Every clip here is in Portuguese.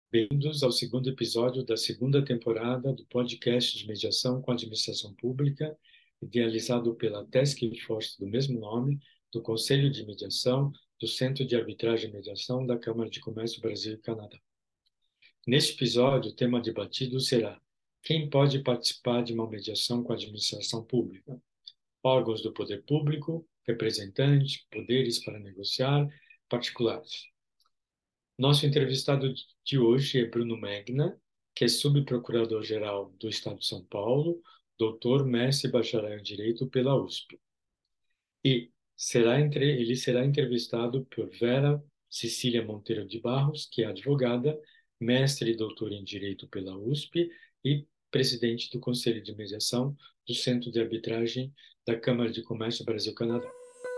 Bem-vindos ao segundo episódio da segunda temporada do podcast de mediação com a administração pública, idealizado pela Task Force do mesmo nome, do Conselho de Mediação, do Centro de Arbitragem e Mediação da Câmara de Comércio Brasil e Canadá. Neste episódio, o tema debatido será: quem pode participar de uma mediação com a administração pública? Órgãos do poder público, representantes, poderes para negociar, particulares. Nosso entrevistado de hoje é Bruno Megna, que é subprocurador-geral do Estado de São Paulo, doutor, mestre e bacharel em Direito pela USP. E ele será entrevistado por Vera Cecília Monteiro de Barros, que é advogada, mestre e doutora em Direito pela USP e presidente do Conselho de Mediação do Centro de Arbitragem da Câmara de Comércio Brasil-Canadá.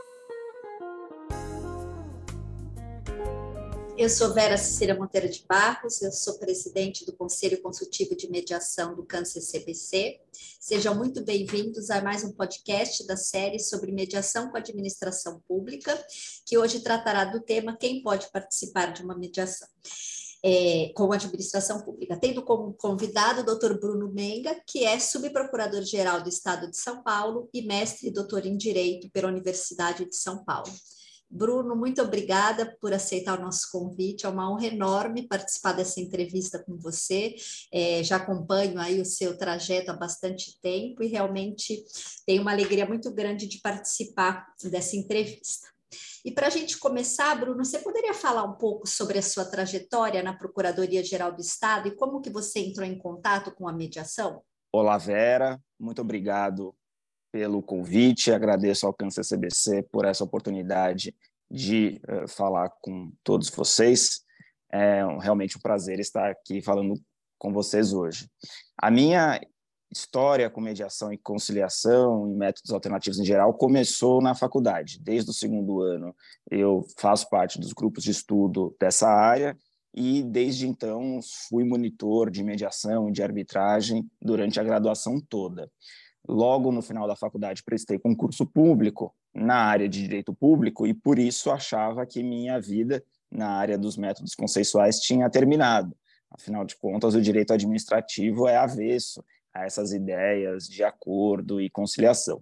Eu sou Vera Cecília Monteiro de Barros, eu sou presidente do Conselho Consultivo de Mediação do CAN-CCBC. Sejam muito bem-vindos a mais um podcast da série sobre mediação com a administração pública, que hoje tratará do tema quem pode participar de uma mediação com a administração pública, tendo como convidado o Dr. Bruno Menga, que é subprocurador-geral do Estado de São Paulo e mestre e doutor em Direito pela Universidade de São Paulo. Bruno, muito obrigada por aceitar o nosso convite, é uma honra enorme participar dessa entrevista com você, já acompanho aí o seu trajeto há bastante tempo e realmente tenho uma alegria muito grande de participar dessa entrevista. E para a gente começar, Bruno, você poderia falar um pouco sobre a sua trajetória na Procuradoria-Geral do Estado e como que você entrou em contato com a mediação? Olá, Vera, muito obrigado pelo convite, agradeço ao CAN-CCBC por essa oportunidade de falar com todos vocês. É realmente um prazer estar aqui falando com vocês hoje. A minha história com mediação e conciliação e métodos alternativos em geral começou na faculdade. Desde o segundo ano eu faço parte dos grupos de estudo dessa área e desde então fui monitor de mediação e de arbitragem durante a graduação toda. Logo no final da faculdade prestei concurso público na área de direito público e por isso achava que minha vida na área dos métodos conceituais tinha terminado. Afinal de contas, o direito administrativo é avesso a essas ideias de acordo e conciliação.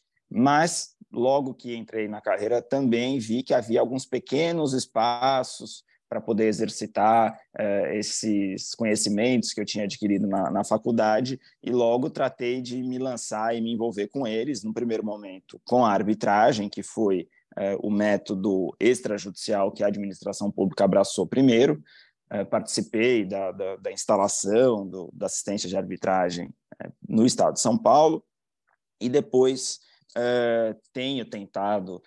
Mas logo que entrei na carreira também vi que havia alguns pequenos espaços para poder exercitar esses conhecimentos que eu tinha adquirido na faculdade e logo tratei de me lançar e me envolver com eles, no primeiro momento, com a arbitragem, que foi o método extrajudicial que a administração pública abraçou primeiro. Participei da instalação da assistência de arbitragem no Estado de São Paulo e depois tenho tentado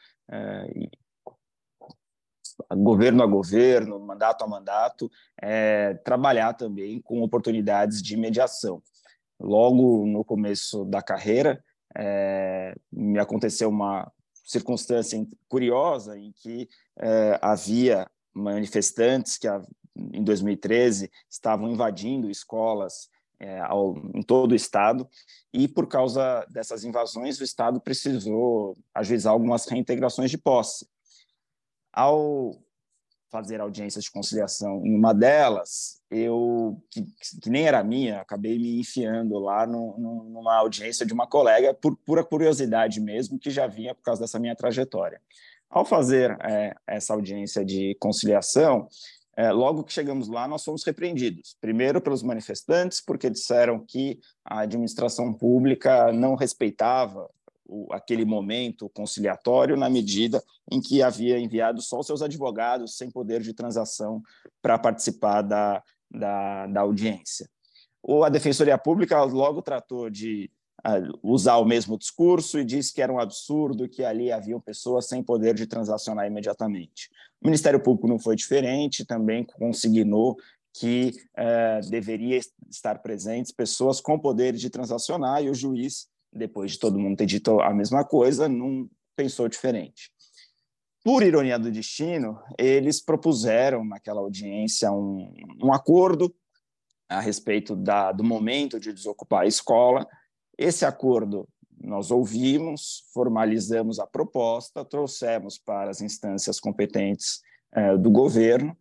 governo a governo, mandato a mandato, trabalhar também com oportunidades de mediação. Logo no começo da carreira, me aconteceu uma circunstância curiosa em que havia manifestantes que, em 2013, estavam invadindo escolas em todo o Estado e, por causa dessas invasões, o Estado precisou ajuizar algumas reintegrações de posse. Ao fazer audiências de conciliação em uma delas, eu, que nem era minha, acabei me enfiando lá numa audiência de uma colega, por pura curiosidade mesmo, que já vinha por causa dessa minha trajetória. Ao fazer essa audiência de conciliação, logo que chegamos lá, nós fomos repreendidos. Primeiro pelos manifestantes, porque disseram que a administração pública não respeitava aquele momento conciliatório na medida em que havia enviado só os seus advogados sem poder de transação para participar da audiência. A Defensoria Pública logo tratou de usar o mesmo discurso e disse que era um absurdo que ali haviam pessoas sem poder de transacionar imediatamente. O Ministério Público não foi diferente, também consignou que deveria estar presentes pessoas com poder de transacionar e o juiz, depois de todo mundo ter dito a mesma coisa, não pensou diferente. Por ironia do destino, eles propuseram naquela audiência um acordo a respeito do momento de desocupar a escola. Esse acordo nós ouvimos, formalizamos a proposta, trouxemos para as instâncias competentes do governo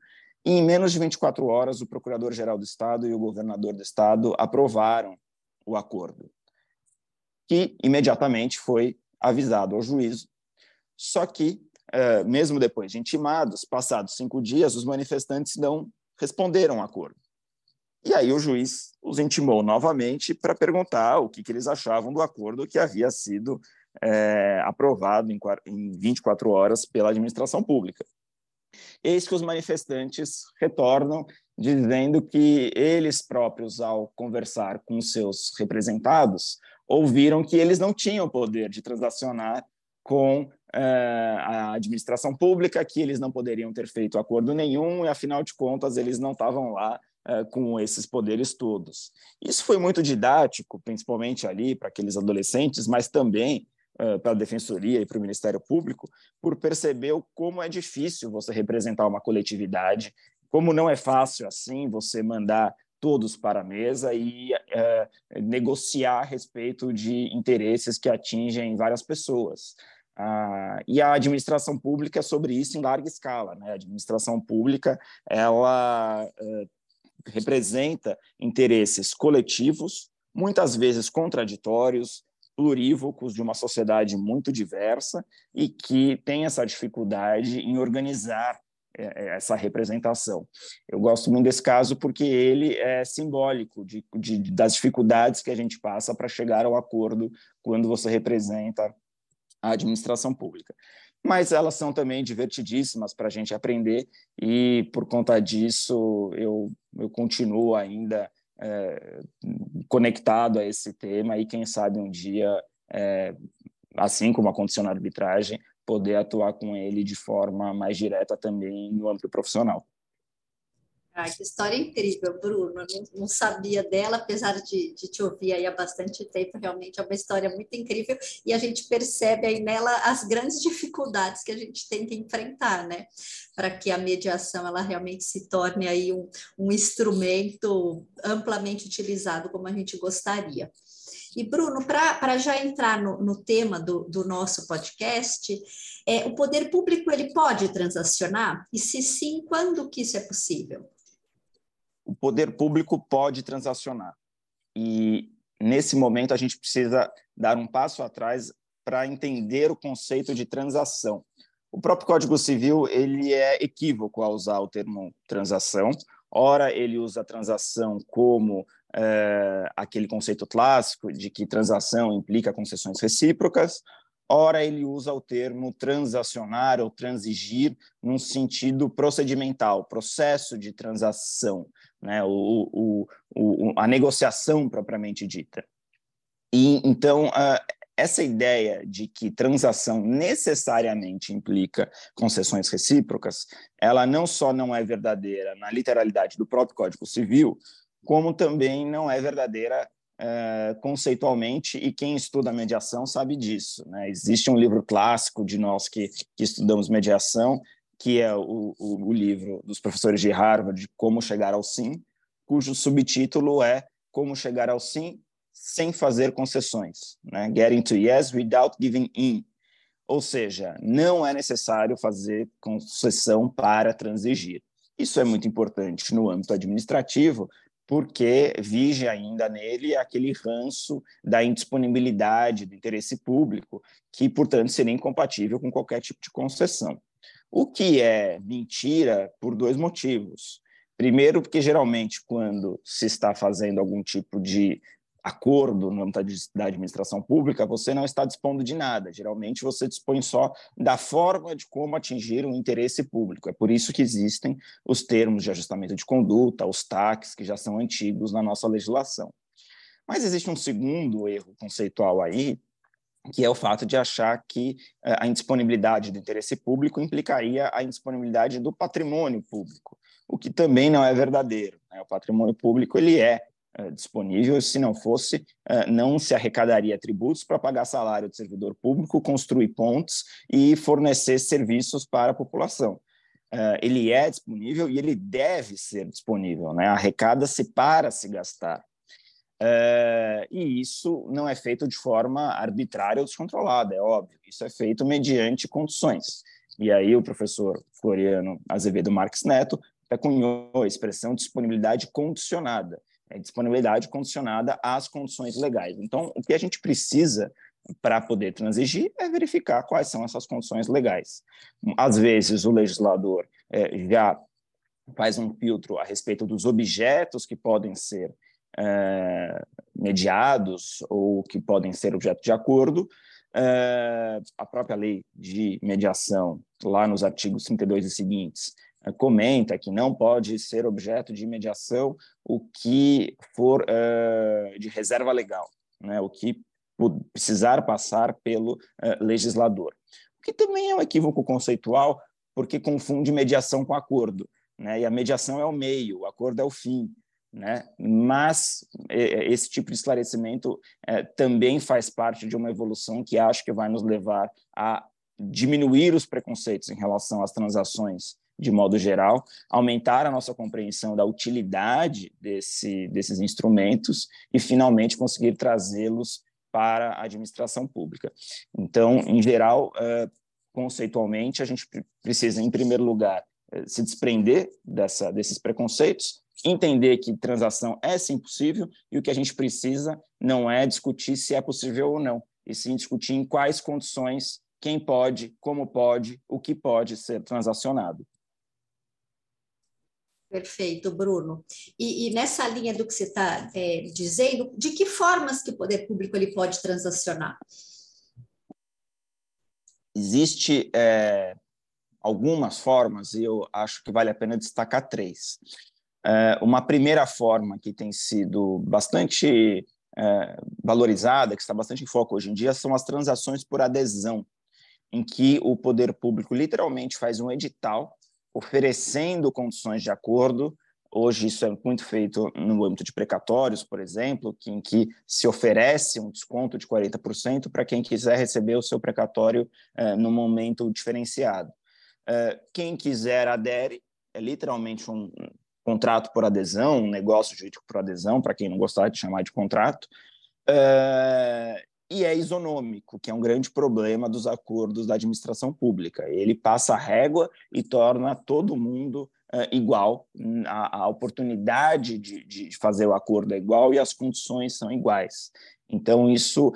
E, em menos de 24 horas, o Procurador-Geral do Estado e o Governador do Estado aprovaram o acordo, que imediatamente foi avisado ao juízo. Só que, mesmo depois de intimados, passados 5 dias, os manifestantes não responderam ao acordo. E aí o juiz os intimou novamente para perguntar o que eles achavam do acordo que havia sido aprovado em 24 horas pela administração pública. Eis que os manifestantes retornam dizendo que eles próprios, ao conversar com seus representados, ouviram que eles não tinham poder de transacionar com a administração pública, que eles não poderiam ter feito acordo nenhum e, afinal de contas, eles não estavam lá com esses poderes todos. Isso foi muito didático, principalmente ali para aqueles adolescentes, mas também para a Defensoria e para o Ministério Público, por perceber como é difícil você representar uma coletividade, como não é fácil assim você mandar todos para a mesa e negociar a respeito de interesses que atingem várias pessoas. E a administração pública é sobre isso em larga escala, né? A administração pública, ela representa interesses coletivos, muitas vezes contraditórios, plurívocos, de uma sociedade muito diversa e que tem essa dificuldade em organizar essa representação. Eu gosto muito desse caso porque ele é simbólico das dificuldades que a gente passa para chegar ao acordo quando você representa a administração pública. Mas elas são também divertidíssimas para a gente aprender e, por conta disso, eu continuo ainda conectado a esse tema e, quem sabe, um dia, assim como aconteceu na arbitragem, poder atuar com ele de forma mais direta também no âmbito profissional. Que história incrível, Bruno. Eu não sabia dela, apesar de te ouvir aí há bastante tempo. Realmente é uma história muito incrível e a gente percebe aí nela as grandes dificuldades que a gente tem que enfrentar, né? Para que a mediação ela realmente se torne aí um instrumento amplamente utilizado como a gente gostaria. E, Bruno, para já entrar no tema do nosso podcast, o poder público ele pode transacionar? E se sim, quando que isso é possível? O poder público pode transacionar. E, nesse momento, a gente precisa dar um passo atrás para entender o conceito de transação. O próprio Código Civil ele é equívoco ao usar o termo transação. Ora, ele usa a transação como aquele conceito clássico de que transação implica concessões recíprocas. Ora, ele usa o termo transacionar ou transigir num sentido procedimental, processo de transação, né? A negociação propriamente dita. E, então, essa ideia de que transação necessariamente implica concessões recíprocas, ela não só não é verdadeira na literalidade do próprio Código Civil, como também não é verdadeira conceitualmente, e quem estuda mediação sabe disso, né? Existe um livro clássico de nós que estudamos mediação, que é o livro dos professores de Harvard, Como Chegar ao Sim, cujo subtítulo é Como Chegar ao Sim sem fazer concessões, né? Getting to Yes Without Giving In. Ou seja, não é necessário fazer concessão para transigir. Isso é muito importante no âmbito administrativo, porque vige ainda nele aquele ranço da indisponibilidade do interesse público, que, portanto, seria incompatível com qualquer tipo de concessão. O que é mentira por 2 motivos. Primeiro, porque geralmente, quando se está fazendo algum tipo de acordo no âmbito da administração pública, você não está dispondo de nada. Geralmente, você dispõe só da forma de como atingir um interesse público. É por isso que existem os termos de ajustamento de conduta, os TACs, que já são antigos na nossa legislação. Mas existe um segundo erro conceitual aí, que é o fato de achar que a indisponibilidade do interesse público implicaria a indisponibilidade do patrimônio público, o que também não é verdadeiro, né? O patrimônio público ele é disponível, se não fosse, não se arrecadaria tributos para pagar salário de servidor público, construir pontes e fornecer serviços para a população. Ele é disponível e ele deve ser disponível, né? Arrecada-se para se gastar. E isso não é feito de forma arbitrária ou descontrolada, é óbvio. Isso é feito mediante condições. E aí o professor Floriano Azevedo Marques Neto cunhou a expressão disponibilidade condicionada, disponibilidade condicionada às condições legais. Então, o que a gente precisa para poder transigir é verificar quais são essas condições legais. Às vezes, o legislador já faz um filtro a respeito dos objetos que podem ser mediados ou que podem ser objeto de acordo. A própria lei de mediação, lá nos artigos 32 e seguintes, comenta que não pode ser objeto de mediação o que for de reserva legal, né? O que precisar passar pelo legislador. O que também é um equívoco conceitual, porque confunde mediação com acordo, né? E a mediação é o meio, o acordo é o fim, né? Mas esse tipo de esclarecimento também faz parte de uma evolução que acho que vai nos levar a diminuir os preconceitos em relação às transações de modo geral, aumentar a nossa compreensão da utilidade desses instrumentos e, finalmente, conseguir trazê-los para a administração pública. Então, em geral, conceitualmente, a gente precisa, em primeiro lugar, se desprender desses preconceitos, entender que transação é sim possível e o que a gente precisa não é discutir se é possível ou não, e sim discutir em quais condições, quem pode, como pode, o que pode ser transacionado. Perfeito, Bruno. E nessa linha do que você está dizendo, de que formas que o poder público ele pode transacionar? Existe algumas formas, e eu acho que vale a pena destacar três. Uma primeira forma que tem sido bastante valorizada, que está bastante em foco hoje em dia, são as transações por adesão, em que o poder público literalmente faz um edital oferecendo condições de acordo. Hoje isso é muito feito no âmbito de precatórios, por exemplo, em que se oferece um desconto de 40% para quem quiser receber o seu precatório no momento diferenciado. Quem quiser adere, é literalmente um contrato por adesão, um negócio jurídico por adesão, para quem não gostar de chamar de contrato, e é isonômico, que é um grande problema dos acordos da administração pública. Ele passa a régua e torna todo mundo igual, a oportunidade de fazer o acordo é igual e as condições são iguais. Então, isso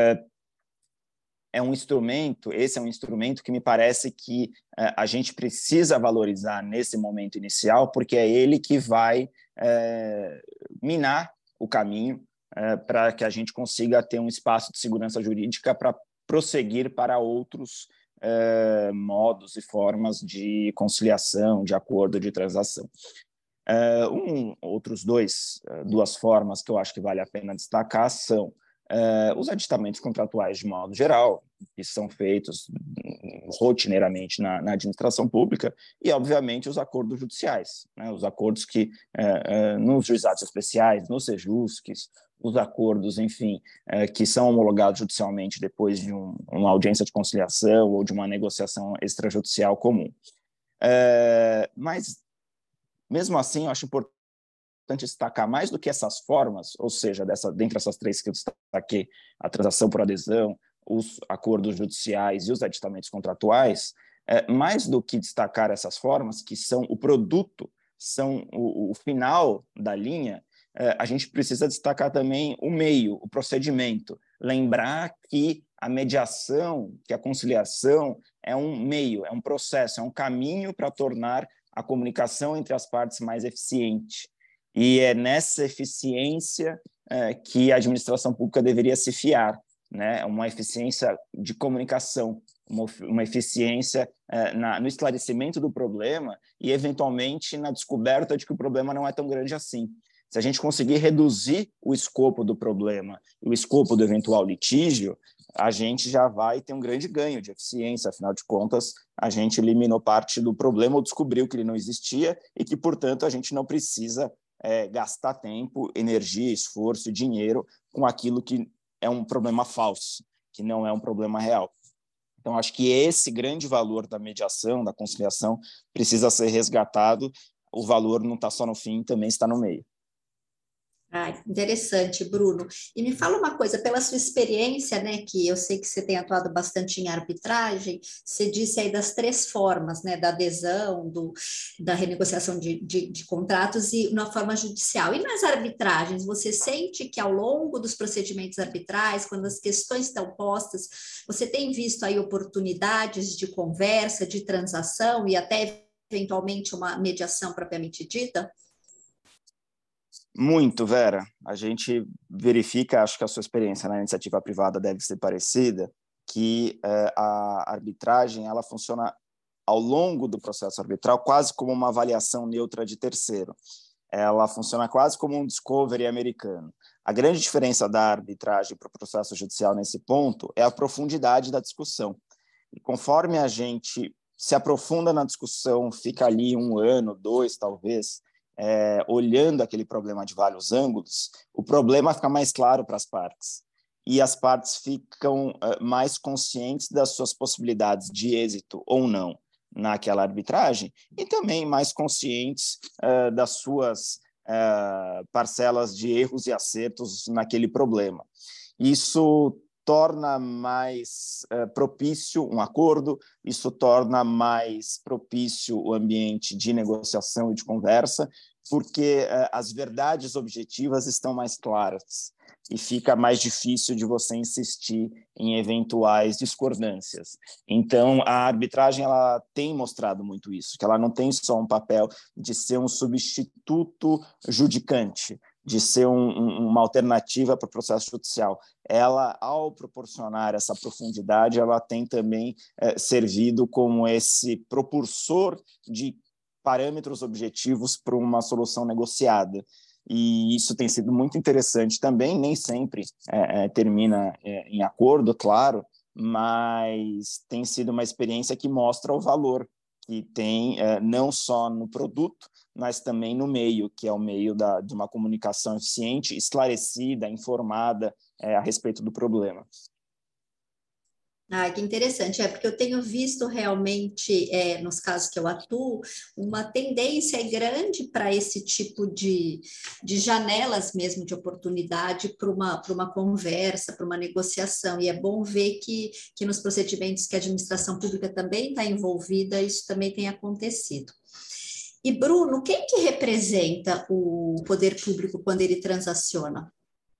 esse é um instrumento que me parece que a gente precisa valorizar nesse momento inicial, porque é ele que vai minar o caminho para que a gente consiga ter um espaço de segurança jurídica para prosseguir para outros modos e formas de conciliação, de acordo, de transação. Duas formas que eu acho que vale a pena destacar são os aditamentos contratuais de modo geral, que são feitos rotineiramente na administração pública, e, obviamente, os acordos judiciais, né? Os acordos que, nos juizados especiais, nos sejusques, os acordos, enfim, que são homologados judicialmente depois de uma audiência de conciliação ou de uma negociação extrajudicial comum. Mas, mesmo assim, eu acho importante destacar mais do que essas formas, ou seja, dentre essas três que eu destaquei, a transação por adesão, os acordos judiciais e os aditamentos contratuais, mais do que destacar essas formas, que são o produto, são o final da linha, a gente precisa destacar também o meio, o procedimento, lembrar que a mediação, que a conciliação é um meio, é um processo, é um caminho para tornar a comunicação entre as partes mais eficiente. E é nessa eficiência que a administração pública deveria se fiar, né? Uma eficiência de comunicação, uma eficiência no esclarecimento do problema e, eventualmente, na descoberta de que o problema não é tão grande assim. Se a gente conseguir reduzir o escopo do problema e o escopo do eventual litígio, a gente já vai ter um grande ganho de eficiência. Afinal de contas, a gente eliminou parte do problema ou descobriu que ele não existia e que, portanto, a gente não precisa gastar tempo, energia, esforço e dinheiro com aquilo que é um problema falso, que não é um problema real. Então, acho que esse grande valor da mediação, da conciliação, precisa ser resgatado. O valor não está só no fim, também está no meio. Ah, interessante, Bruno. E me fala uma coisa, pela sua experiência, né, que eu sei que você tem atuado bastante em arbitragem, você disse aí das três formas, né, da adesão, da renegociação de contratos e na forma judicial. E nas arbitragens, você sente que ao longo dos procedimentos arbitrais, quando as questões estão postas, você tem visto aí oportunidades de conversa, de transação e até eventualmente uma mediação propriamente dita? Muito, Vera. A gente verifica, acho que a sua experiência na iniciativa privada deve ser parecida, que a arbitragem ela funciona ao longo do processo arbitral quase como uma avaliação neutra de terceiro. Ela funciona quase como um discovery americano. A grande diferença da arbitragem para o processo judicial nesse ponto é a profundidade da discussão. E conforme a gente se aprofunda na discussão, fica ali 1 ano, 2 talvez, olhando aquele problema de vários ângulos, o problema fica mais claro para as partes. E as partes ficam mais conscientes das suas possibilidades de êxito ou não naquela arbitragem e também mais conscientes das suas parcelas de erros e acertos naquele problema. Isso torna mais propício um acordo, isso torna mais propício o ambiente de negociação e de conversa, porque as verdades objetivas estão mais claras e fica mais difícil de você insistir em eventuais discordâncias. Então, a arbitragem ela tem mostrado muito isso, que ela não tem só um papel de ser um substituto judicante, de ser uma alternativa para o processo judicial. Ela, ao proporcionar essa profundidade, ela tem também servido como esse propulsor de parâmetros objetivos para uma solução negociada. E isso tem sido muito interessante também, nem sempre termina em acordo, claro, mas tem sido uma experiência que mostra o valor que tem não só no produto, mas também no meio, que é o meio de uma comunicação eficiente, esclarecida, informada a respeito do problema. Ah, que interessante, porque eu tenho visto realmente, nos casos que eu atuo, uma tendência grande para esse tipo de janelas mesmo de oportunidade para uma conversa, para uma negociação, e é bom ver que nos procedimentos que a administração pública também está envolvida, isso também tem acontecido. E, Bruno, quem que representa o poder público quando ele transaciona?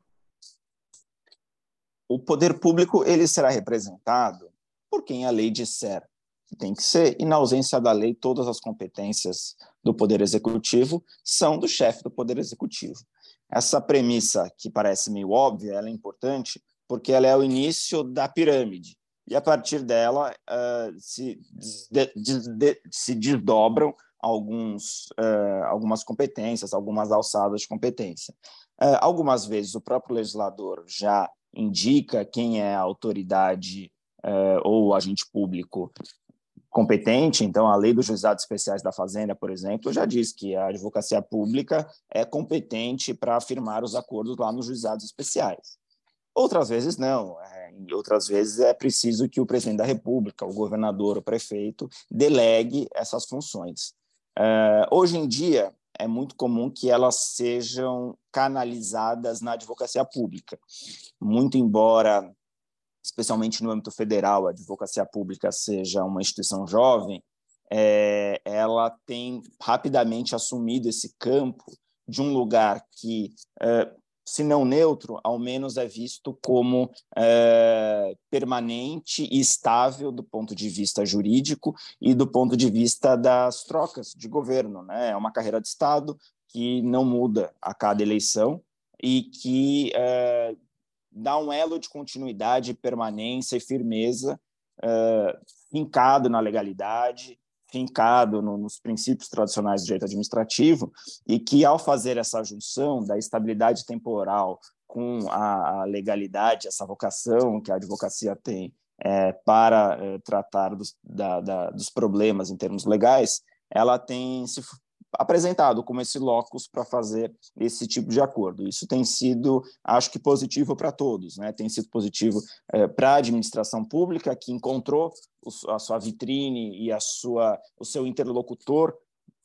O poder público ele será representado por quem a lei disser que tem que ser, e na ausência da lei, todas as competências do Poder Executivo são do chefe do Poder Executivo. Essa premissa, que parece meio óbvia, ela é importante porque ela é o início da pirâmide, e a partir dela se desdobram algumas competências, algumas alçadas de competência. Algumas vezes o próprio legislador já indica quem é a autoridade ou o agente público competente. Então, a Lei dos Juizados Especiais da Fazenda, por exemplo, já diz que a advocacia pública é competente para firmar os acordos lá nos juizados especiais. Outras vezes não, e outras vezes é preciso que o presidente da República, o governador, o prefeito, delegue essas funções. Hoje em dia, é muito comum que elas sejam canalizadas na advocacia pública. Muito embora, especialmente no âmbito federal, a advocacia pública seja uma instituição jovem, ela tem rapidamente assumido esse campo de um lugar que, se não neutro, ao menos é visto como permanente e estável do ponto de vista jurídico e do ponto de vista das trocas de governo, né? É uma carreira de Estado que não muda a cada eleição e que dá um elo de continuidade, permanência e firmeza fincado na legalidade, fincado nos princípios tradicionais do direito administrativo, e que, ao fazer essa junção da estabilidade temporal com a legalidade, essa vocação que a advocacia tem para tratar dos problemas em termos legais, ela tem se apresentado como esse locus para fazer esse tipo de acordo. Isso tem sido, acho que, positivo para todos, né? Tem sido positivo para a administração pública, que encontrou a sua vitrine e o seu interlocutor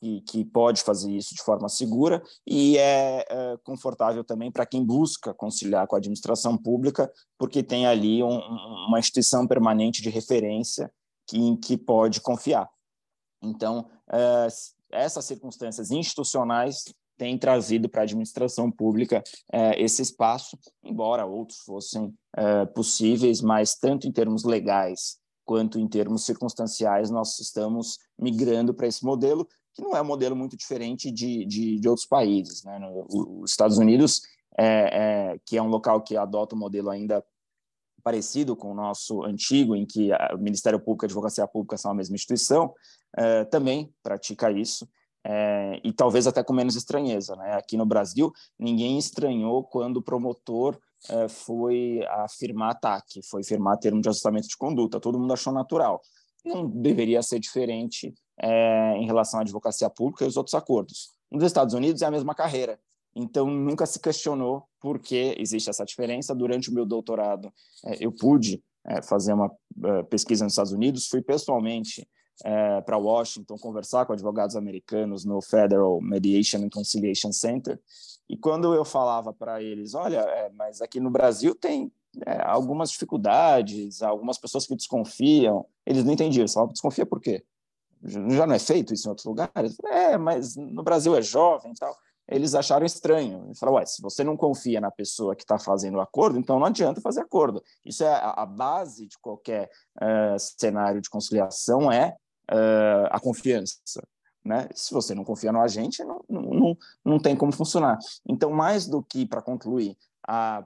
que pode fazer isso de forma segura e é confortável também para quem busca conciliar com a administração pública, porque tem ali uma instituição permanente de referência em que pode confiar. Então, essas circunstâncias institucionais têm trazido para a administração pública esse espaço, embora outros fossem possíveis, mas tanto em termos legais quanto em termos circunstanciais, nós estamos migrando para esse modelo, que não é um modelo muito diferente de outros países, né? Os Estados Unidos, que é um local que adota um modelo ainda parecido com o nosso antigo, em que o Ministério Público e a Advocacia Pública são a mesma instituição, também pratica isso, e talvez até com menos estranheza, né? Aqui no Brasil, ninguém estranhou quando o promotor foi firmar ataque, foi firmar termo de ajustamento de conduta, todo mundo achou natural. Não deveria ser diferente em relação à advocacia pública e os outros acordos. Nos Estados Unidos é a mesma carreira, então nunca se questionou por que existe essa diferença. Durante o meu doutorado, eu pude fazer uma pesquisa nos Estados Unidos, fui pessoalmente para Washington conversar com advogados americanos no Federal Mediation and Conciliation Center, e quando eu falava para eles, olha, mas aqui no Brasil tem algumas dificuldades, algumas pessoas que desconfiam, eles não entendiam, eles falavam, desconfia por quê? Já não é feito isso em outros lugares? Mas no Brasil é jovem e tal. Eles acharam estranho. Eles falaram, se você não confia na pessoa que está fazendo o acordo, então não adianta fazer acordo. Isso é a base de qualquer cenário de conciliação, a confiança, né? Se você não confia no agente, não tem como funcionar. Então, mais do que, para concluir, a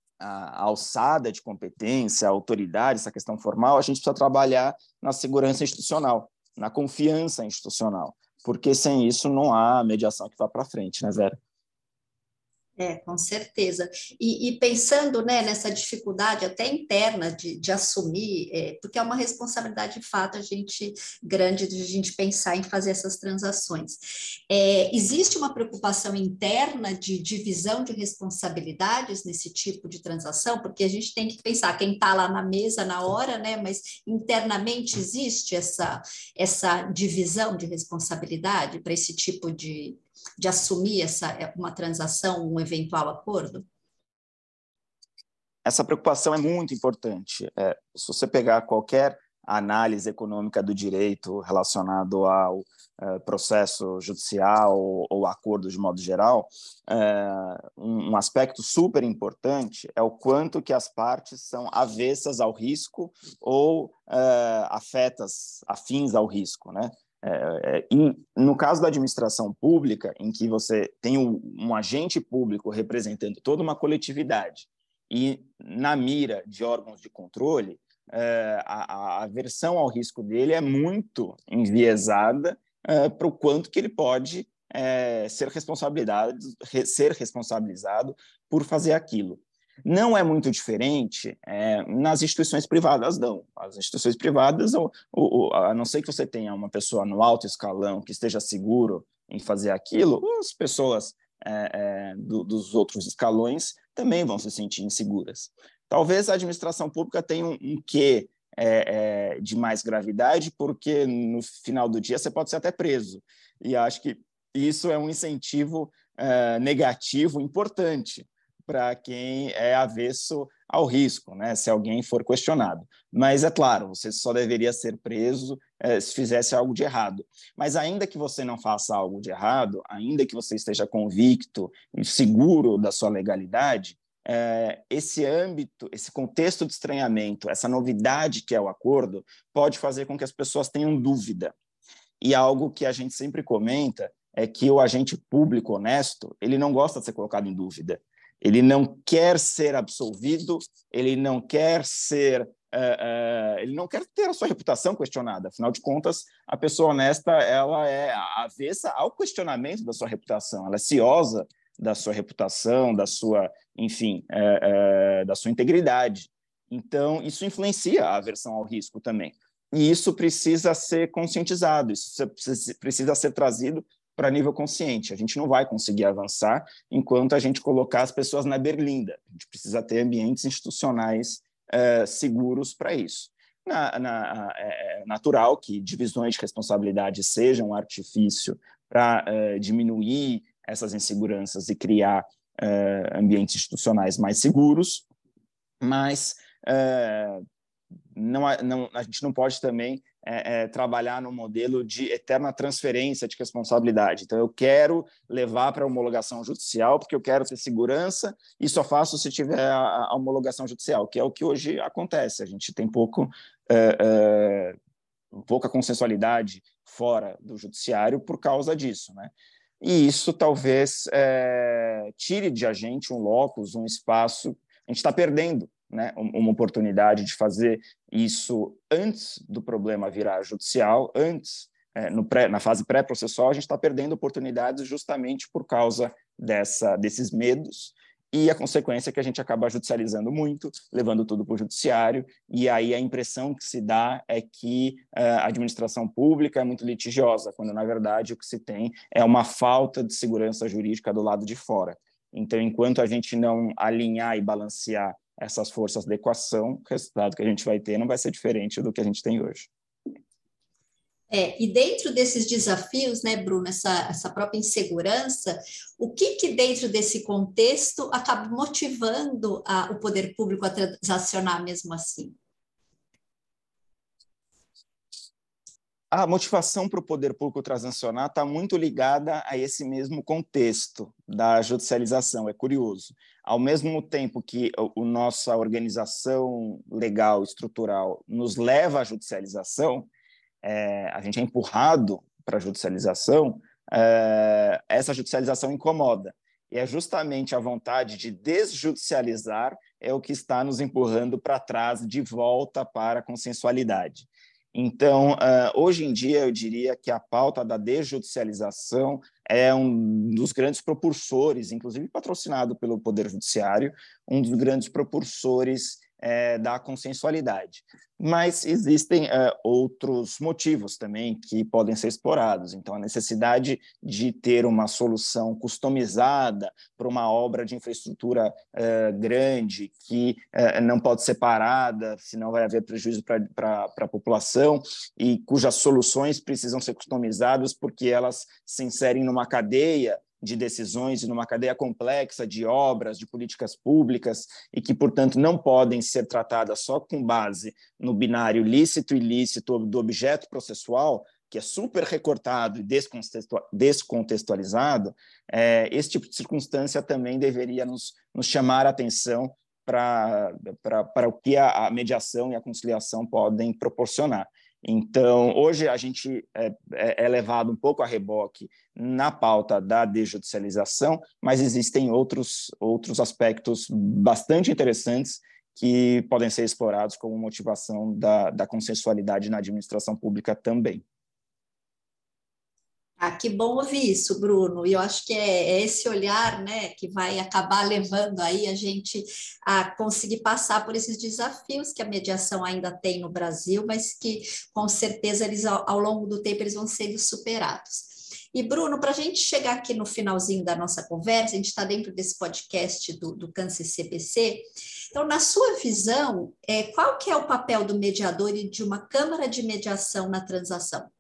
alçada de competência, a autoridade, essa questão formal, a gente precisa trabalhar na segurança institucional, na confiança institucional, porque sem isso não há mediação que vá para frente, né, Vera? Com certeza. E pensando, né, nessa dificuldade até interna de assumir, porque é uma responsabilidade de fato grande de a gente pensar em fazer essas transações. Existe uma preocupação interna de divisão de responsabilidades nesse tipo de transação? Porque a gente tem que pensar quem está lá na mesa na hora, né, mas internamente existe essa divisão de responsabilidade para esse tipo de assumir uma transação, um eventual acordo? Essa preocupação é muito importante. Se você pegar qualquer análise econômica do direito relacionado ao processo judicial ou acordo de modo geral, um aspecto super importante é o quanto que as partes são avessas ao risco ou afins ao risco, né? No caso da administração pública, em que você tem um agente público representando toda uma coletividade e na mira de órgãos de controle, a aversão ao risco dele é muito enviesada para o quanto que ele pode ser responsabilizado por fazer aquilo. Não é muito diferente nas instituições privadas, não. As instituições privadas, a não ser que você tenha uma pessoa no alto escalão que esteja seguro em fazer aquilo, as pessoas dos outros escalões também vão se sentir inseguras. Talvez a administração pública tenha um quê de mais gravidade, porque no final do dia você pode ser até preso. E acho que isso é um incentivo negativo importante para quem é avesso ao risco, né? Se alguém for questionado. Mas, é claro, você só deveria ser preso se fizesse algo de errado. Mas, ainda que você não faça algo de errado, ainda que você esteja convicto e seguro da sua legalidade, esse âmbito, esse contexto de estranhamento, essa novidade que é o acordo, pode fazer com que as pessoas tenham dúvida. E algo que a gente sempre comenta é que o agente público honesto, ele não gosta de ser colocado em dúvida. Ele não quer ser absolvido, ele não quer ter a sua reputação questionada. Afinal de contas, a pessoa honesta, ela é avessa ao questionamento da sua reputação, ela é ciosa da sua reputação, da sua, enfim, da sua integridade. Então, isso influencia a aversão ao risco também. E isso precisa ser conscientizado, isso precisa ser trazido para nível consciente. A gente não vai conseguir avançar enquanto a gente colocar as pessoas na berlinda. A gente precisa ter ambientes institucionais seguros para isso. É natural que divisões de responsabilidade sejam um artifício para diminuir essas inseguranças e criar ambientes institucionais mais seguros, mas a gente não pode também trabalhar no modelo de eterna transferência de responsabilidade. Então, eu quero levar para a homologação judicial porque eu quero ter segurança e só faço se tiver a homologação judicial, que é o que hoje acontece. A gente tem pouca consensualidade fora do judiciário por causa disso, né? E isso talvez tire de a gente um locus, um espaço. A gente está perdendo, né, uma oportunidade de fazer isso antes do problema virar judicial, antes, na fase pré-processual, a gente está perdendo oportunidades justamente por causa desses medos, e a consequência é que a gente acaba judicializando muito, levando tudo para o judiciário, e aí a impressão que se dá é que a administração pública é muito litigiosa, quando, na verdade, o que se tem é uma falta de segurança jurídica do lado de fora. Então, enquanto a gente não alinhar e balancear essas forças da equação, o resultado que a gente vai ter não vai ser diferente do que a gente tem hoje. E dentro desses desafios, né, Bruno, essa própria insegurança, o que dentro desse contexto acaba motivando o poder público a transacionar mesmo assim? A motivação para o poder público transacionar está muito ligada a esse mesmo contexto da judicialização, é curioso. Ao mesmo tempo que a nossa organização legal, estrutural, nos leva à judicialização, a gente é empurrado para a judicialização, essa judicialização incomoda. E é justamente a vontade de desjudicializar é o que está nos empurrando para trás, de volta para a consensualidade. Então, hoje em dia, eu diria que a pauta da desjudicialização é um dos grandes propulsores, inclusive patrocinado pelo Poder Judiciário, um dos grandes propulsores da consensualidade. Mas existem outros motivos também que podem ser explorados. Então, a necessidade de ter uma solução customizada para uma obra de infraestrutura grande, que não pode ser parada, senão vai haver prejuízo para a população, e cujas soluções precisam ser customizadas porque elas se inserem numa cadeia de decisões e numa cadeia complexa de obras, de políticas públicas, e que, portanto, não podem ser tratadas só com base no binário lícito e ilícito do objeto processual, que é super recortado e descontextualizado. Esse tipo de circunstância também deveria nos chamar a atenção para o que a mediação e a conciliação podem proporcionar. Então, hoje a gente é levado um pouco a reboque na pauta da desjudicialização, mas existem outros aspectos bastante interessantes que podem ser explorados como motivação da consensualidade na administração pública também. Que bom ouvir isso, Bruno. E eu acho que é esse olhar, né, que vai acabar levando aí a gente a conseguir passar por esses desafios que a mediação ainda tem no Brasil, mas que com certeza eles ao longo do tempo eles vão sendo superados. E Bruno, para a gente chegar aqui no finalzinho da nossa conversa, a gente está dentro desse podcast do Câncer CBC. Então, na sua visão, qual que é o papel do mediador e de uma câmara de mediação na transação?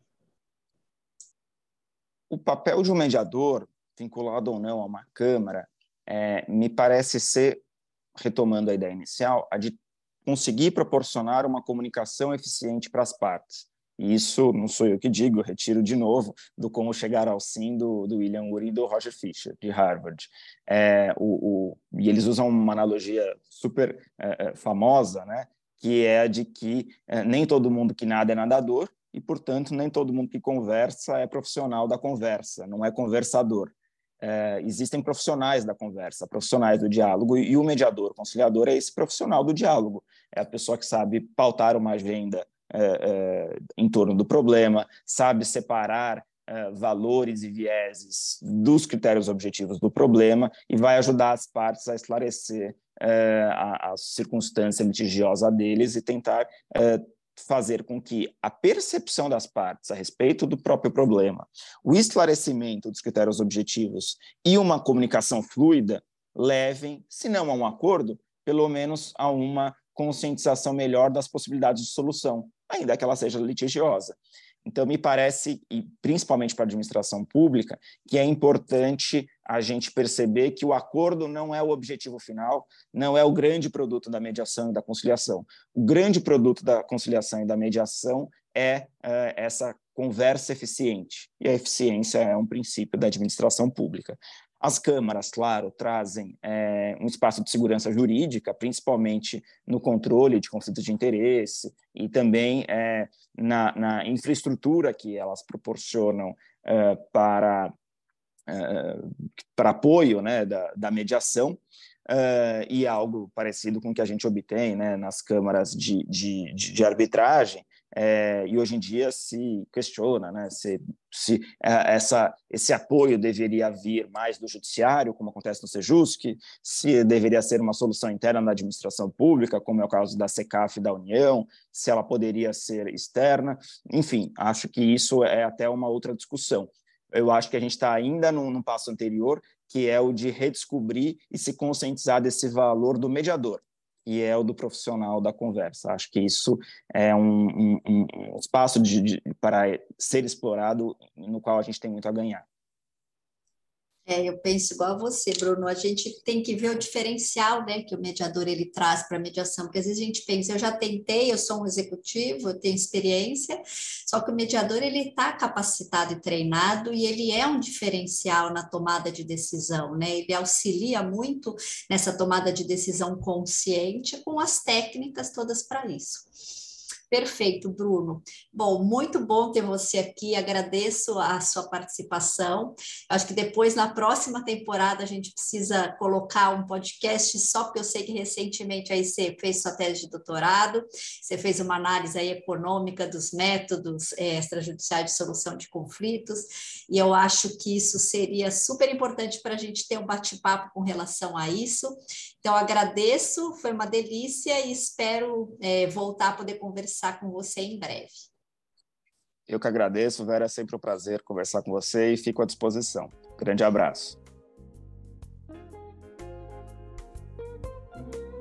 O papel de um mediador, vinculado ou não a uma câmara, me parece ser, retomando a ideia inicial, a de conseguir proporcionar uma comunicação eficiente para as partes. E isso não sou eu que digo, eu retiro de novo do Como Chegar ao Sim, do William Ury e do Roger Fisher, de Harvard. E eles usam uma analogia super famosa, né, que é a de que nem todo mundo que nada é nadador, e, portanto, nem todo mundo que conversa é profissional da conversa, não é conversador. Existem profissionais da conversa, profissionais do diálogo, e o mediador, o conciliador, é esse profissional do diálogo. É a pessoa que sabe pautar uma agenda em torno do problema, sabe separar valores e vieses dos critérios objetivos do problema e vai ajudar as partes a esclarecer a circunstância litigiosa deles e tentar fazer com que a percepção das partes a respeito do próprio problema, o esclarecimento dos critérios objetivos e uma comunicação fluida levem, se não a um acordo, pelo menos a uma conscientização melhor das possibilidades de solução, ainda que ela seja litigiosa. Então, me parece, e principalmente para a administração pública, que é importante a gente perceber que o acordo não é o objetivo final, não é o grande produto da mediação e da conciliação. O grande produto da conciliação e da mediação é essa conversa eficiente, e a eficiência é um princípio da administração pública. As câmaras, claro, trazem um espaço de segurança jurídica, principalmente no controle de conflitos de interesse e também na infraestrutura que elas proporcionam para apoio, né, da mediação, e algo parecido com o que a gente obtém, né, nas câmaras de arbitragem. E hoje em dia se questiona, né, se esse apoio deveria vir mais do judiciário, como acontece no Sejusc, se deveria ser uma solução interna da administração pública, como é o caso da SECAF da União, se ela poderia ser externa. Enfim, acho que isso é até uma outra discussão. Eu acho que a gente está ainda num passo anterior, que é o de redescobrir e se conscientizar desse valor do mediador, que é o do profissional da conversa. Acho que isso é um espaço para ser explorado, no qual a gente tem muito a ganhar. Eu penso igual a você, Bruno. A gente tem que ver o diferencial, né, que o mediador ele traz para a mediação, porque às vezes a gente pensa, eu já tentei, eu sou um executivo, eu tenho experiência, só que o mediador ele está capacitado e treinado e ele é um diferencial na tomada de decisão, né? Ele auxilia muito nessa tomada de decisão consciente com as técnicas todas para isso. Perfeito, Bruno. Bom, muito bom ter você aqui, agradeço a sua participação. Acho que depois, na próxima temporada, a gente precisa colocar um podcast só, porque eu sei que recentemente aí você fez sua tese de doutorado, você fez uma análise aí econômica dos métodos extrajudiciais de solução de conflitos, e eu acho que isso seria super importante para a gente ter um bate-papo com relação a isso. Então, agradeço, foi uma delícia e espero voltar a poder conversar com você em breve. Eu que agradeço, Vera, é sempre um prazer conversar com você e fico à disposição. Grande abraço.